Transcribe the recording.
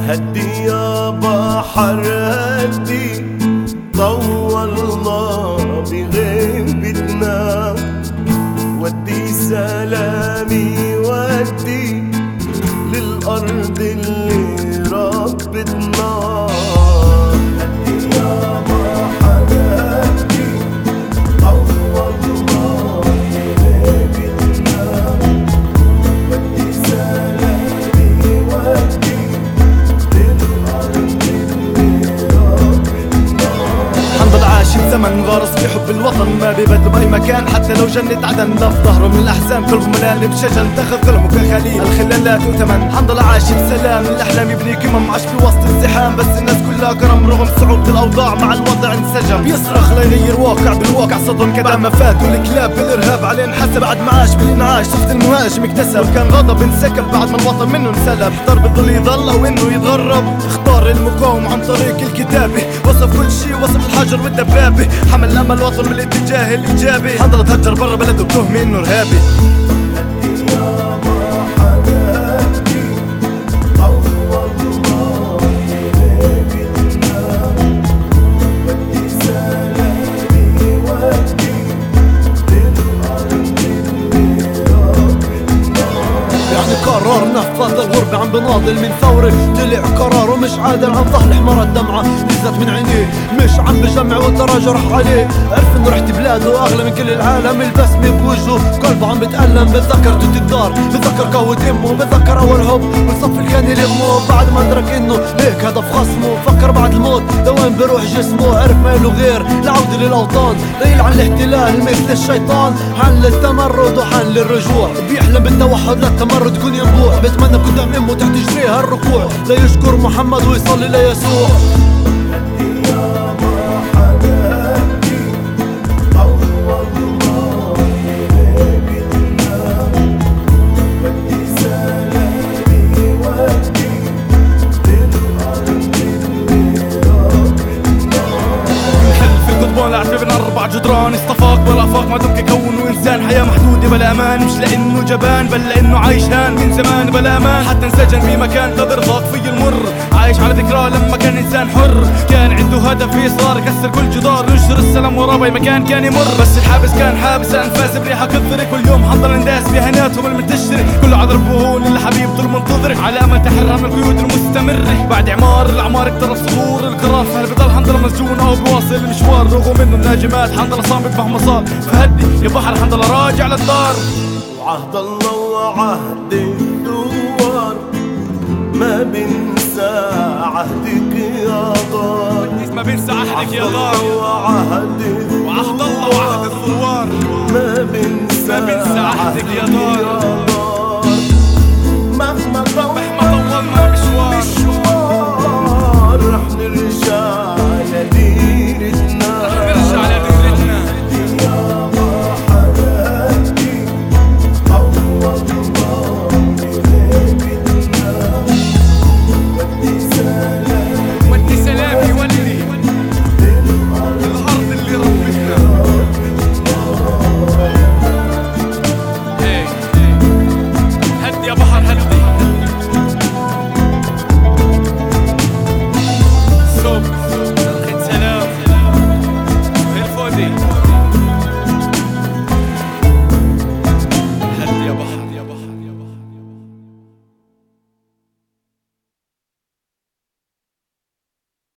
هدي يا بحر هدي، طولنا بغيبتنا، ودي سلامي ودي للأرض اللي ربتنا. هدي يا بحر هدي، طولنا بغيبتنا، ودي سلامي ودي للأرض اللي ربتنا. حنضل عايش بزمن غارس في حب الوطن، ما بيبدلوا بأي مكان حتى لو جنة عدن. لا في ظهره من الأحزان قلبه مليان بشجن، دخل ظلمه كخليل الخلال لا تؤتمن. حنضل عايش بسلام الأحلام يبني قمم، عاش في وسط الزحام بس الناس كلها كرم، رغم صعوبة الأوضاع مع الوضع انسجم. بيصرخ ليغير واقع بالواقع صدم كدعم مفات، والكلاب بالإرهاب عليه انحسب. بعد معاش بالإنعاش شفت المهاجم اكتسب، كان غضب انسكب بعد ما الوطن منه انسلب. اختار بضل يضل أو إنه يتغرب، اختار المقاوم عن طريق الكتابة، وصف كل شي وصف الحجر والدبابة، حمل أمل الوطن من الاتجاه الإيجابي. حضر تهجر برا بلده بتهمي إنه إرهابي. هدي يا بحر هدي، طولنا بغيبتنا، ودي سلامي ودي للأرض اللي ربتنا. يعني قررنا في فضل الغربة عم بناضل من ثورة، طلع قراره مش عادل عن ظهر الحمار الدمعة نزلت من عينيه، مش عم بجمع والدراجة راح عليه. عرف انه رحت بلاده اغلى من كل العالم، البسمة بوجهه قلبه عم بتألم. بتذكر توت الدار، بتذكر قهوة امه، بتذكر اول حب والصف اللي كان يلمه. بعد ما ادرك انه هيك هدف خصمه، فكر بعد الموت لوين بروح جسمه. عرف ما له غير العودة للأوطان، ليل عن الاحتلال مثل الشيطان، حل للتمرد وحل للرجوع. بيحلم بالتوحد للتمرد يكون ينبوع، بتمنى قدام امه تحت جريها الركوع، ليشكر محمد ويصلي ليسوع. هدي يا بحر هدي، طولنا بغيبتنا، ودي سلامي ودي للأرض اللي ربتنا. من خلف القضبان لعب بين 4 جدران، استفاق بالآفاق ما دمك كونه إنسان. حياة محدودة بلا أمان، مش لأنه جبان بل لأنه عايش هان من زمان بلا أمان. حتى انسجن بمكان قدر ضاق فيه المر، عايش على ذكرى لما كان إنسان حر. كان عنده هدف يصار يكسر كل جدار، ينشر السلام وراه بأي مكان كان يمر. بس الحابس كان حابس أنفاس بريحة كثر، كل يوم حضر انداس بهناتهم المنتشرة. كله عذر بهون الحبيب طول منتظر، على أمل تحرر من القيود المستمرة. بعد إعمار الأعمار اقترب صدور القرار، فهل بضل حنضل مسجون أو بواصل المشوار؟ رغم إنه الناجمات حنضل صامت مهما صار. فهدي يا بحر حنضل راجع للدار. وعهد الله وعهد الثوار، ما بنسى عهدك يا غار. ما بنسى عهدك يا غار، وعهد وعهد الله وعهد الثوار، ما بنسى عهدك يا غار.